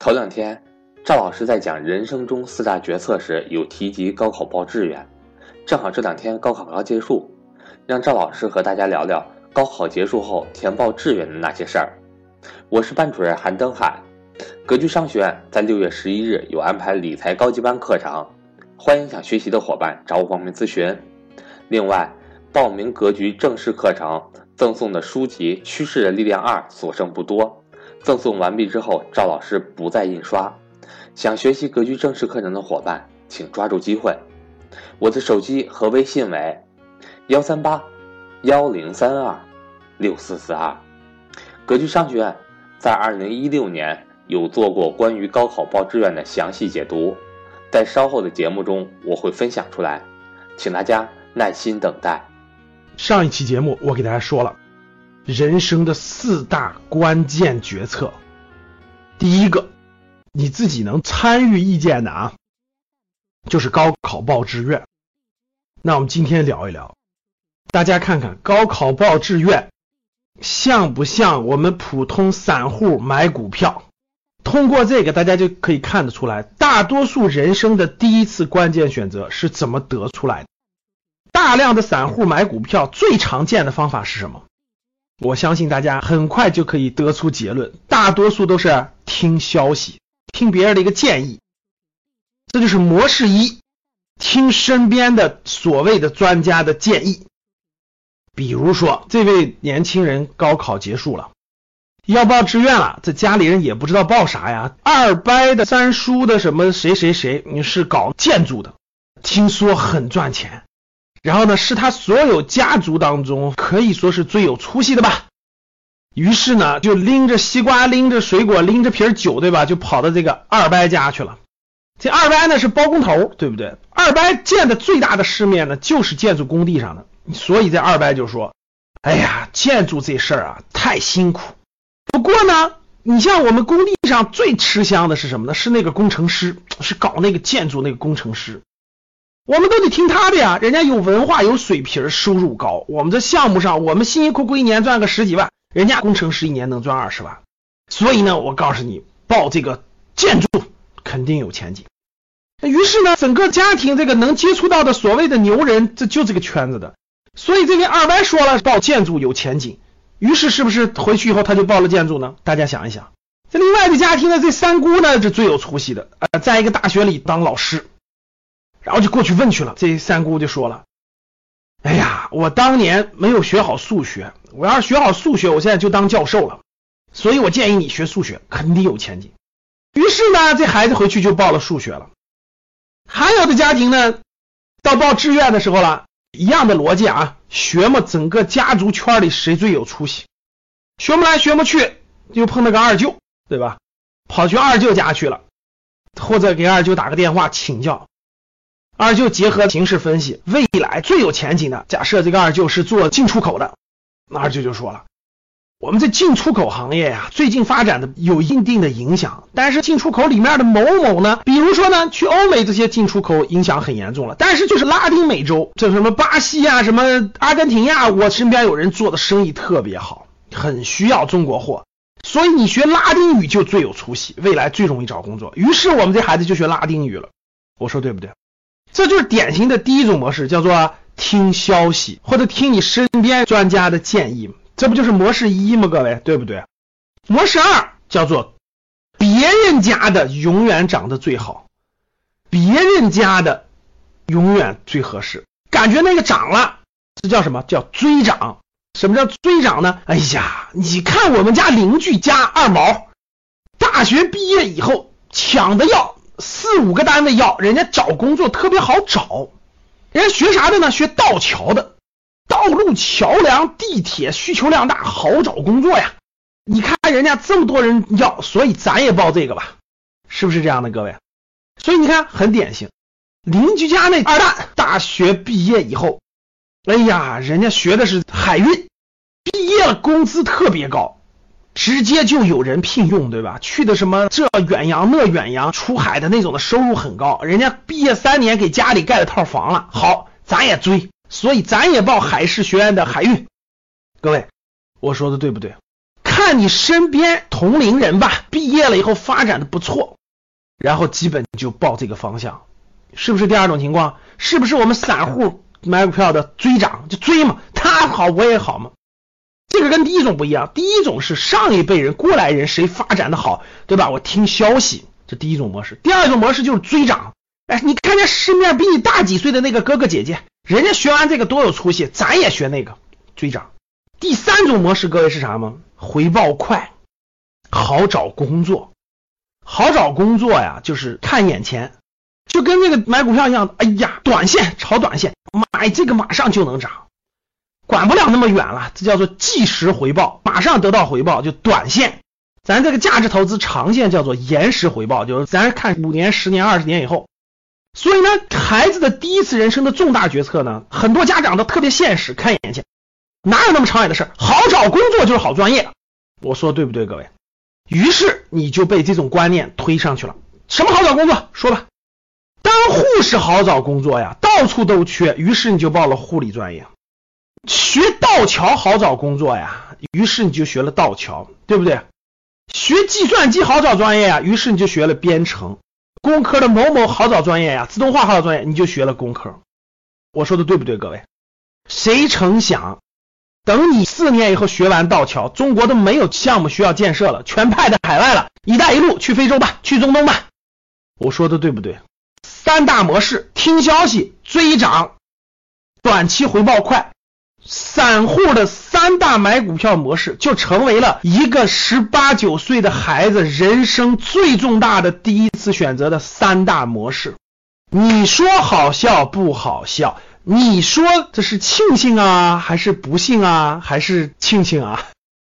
头两天赵老师在讲人生中4大决策时有提及高考报志愿，正好这2天高考刚结束，让赵老师和大家聊聊高考结束后填报志愿的那些事儿。我是班主任韩登海，格局商学院在6月11日有安排理财高级班课程，欢迎想学习的伙伴找我报名咨询。另外，报名格局正式课程赠送的书籍《趋势的力量2》所剩不多，赠送完毕之后赵老师不再印刷，想学习格局正式课程的伙伴请抓住机会。我的手机和微信为138-1032-6442。格局商学院在2016年有做过关于高考报志愿的详细解读，在稍后的节目中我会分享出来，请大家耐心等待。 上一期节目我给大家说了人生的4大关键决策，第一个你自己能参与意见的就是高考报志愿。那我们今天聊一聊，大家看看高考报志愿像不像我们普通散户买股票。通过这个大家就可以看得出来，大多数人生的第一次关键选择是怎么得出来的。大量的散户买股票最常见的方法是什么？我相信大家很快就可以得出结论，大多数都是听消息，听别人的一个建议。这就是模式1，听身边的所谓的专家的建议。比如说这位年轻人高考结束了，要报志愿了，这家里人也不知道报啥呀，二伯的三叔的什么谁谁谁，你是搞建筑的，听说很赚钱，然后呢是他所有家族当中可以说是最有出息的吧。于是呢就拎着西瓜拎着水果拎着瓶酒，对吧，就跑到这个二伯家去了。这二伯呢是包工头，对不对？二伯见的最大的世面呢就是建筑工地上的，所以这二伯就说，哎呀，建筑这事儿太辛苦。不过呢你像我们工地上最吃香的是什么呢？是那个工程师，是搞那个建筑那个工程师，我们都得听他的呀，人家有文化有水平，收入高。我们这项目上我们辛辛苦苦一年赚个10几万，人家工程师一年能赚20万。所以呢我告诉你，报这个建筑肯定有前景。于是呢整个家庭这个能接触到的所谓的牛人，这就这个圈子的。所以这位二伯说了报建筑有前景，于是是不是回去以后他就报了建筑呢？大家想一想。这另外的家庭呢，这三姑呢是最有出息的，在一个大学里当老师，然后就过去问去了。这三姑就说了，哎呀，我当年没有学好数学，我要是学好数学我现在就当教授了，所以我建议你学数学，肯定有前景。于是呢这孩子回去就报了数学了。还有的家庭呢到报志愿的时候了，一样的逻辑学么整个家族圈里谁最有出息，学不来学不去，就碰那个二舅，对吧？跑去二舅家去了，或者给二舅打个电话请教。二舅结合形势分析，未来最有前景的，假设这个二舅是做进出口的，那二舅就说了，我们这进出口行业最近发展的有一定的影响，但是进出口里面的某某呢，比如说呢去欧美这些进出口影响很严重了，但是就是拉丁美洲，这什么巴西什么阿根廷我身边有人做的生意特别好，很需要中国货，所以你学拉丁语就最有出息，未来最容易找工作。于是我们这孩子就学拉丁语了。我说对不对？这就是典型的第一种模式，叫做听消息或者听你身边专家的建议，这不就是模式1吗？各位，对不对？模式2叫做别人家的永远长得最好，别人家的永远最合适，感觉那个涨了，这叫什么？叫追涨。什么叫追涨呢？哎呀，你看我们家邻居家二毛，大学毕业以后抢的要4、5个单位要，人家找工作特别好找。人家学啥的呢？学道桥的，道路桥梁地铁需求量大，好找工作呀。你看人家这么多人要，所以咱也报这个吧，是不是这样的各位？所以你看很典型，邻居家那二蛋大学毕业以后，哎呀，人家学的是海运，毕业了工资特别高，直接就有人聘用，对吧？去的什么这远洋那远洋，出海的那种的收入很高，人家毕业3年给家里盖了套房了，好，咱也追，所以咱也报海事学院的海运。各位，我说的对不对？看看你身边同龄人吧，毕业了以后发展的不错，然后基本就报这个方向，是不是第二种情况？是不是我们散户买股票的追涨就追嘛，他好我也好嘛？这个跟第一种不一样，第一种是上一辈人过来人谁发展的好，对吧？我听消息，这第一种模式。第二种模式就是追涨，哎，你看见身边比你大几岁的那个哥哥姐姐，人家学完这个多有出息，咱也学那个，追涨。第三种模式各位是啥吗？回报快，好找工作。好找工作呀，就是看眼前，就跟那个买股票一样，哎呀，短线炒短线，买这个马上就能涨，管不了那么远了，这叫做即时回报，马上得到回报就短线。咱这个价值投资长线叫做延时回报，就是咱看5年、10年、20年以后。所以呢，孩子的第一次人生的重大决策呢，很多家长都特别现实，看眼前，哪有那么长远的事？好找工作就是好专业，我说对不对各位？于是你就被这种观念推上去了。什么好找工作？说吧。当护士好找工作呀，到处都缺，于是你就报了护理专业。学道桥好找工作呀，于是你就学了道桥，对不对？学计算机好找专业呀，于是你就学了编程。工科的某某好找专业呀，自动化好找专业，你就学了工科。我说的对不对各位？谁成想等你4年以后学完道桥，中国都没有项目需要建设了，全派到海外了，一带一路去非洲吧，去中东吧。我说的对不对？三大模式，听消息，追涨，短期回报快，散户的三大买股票模式就成为了一个18、19岁的孩子人生最重大的第一次选择的三大模式。你说好笑不好笑？你说这是庆幸啊，还是不幸啊，还是庆幸啊？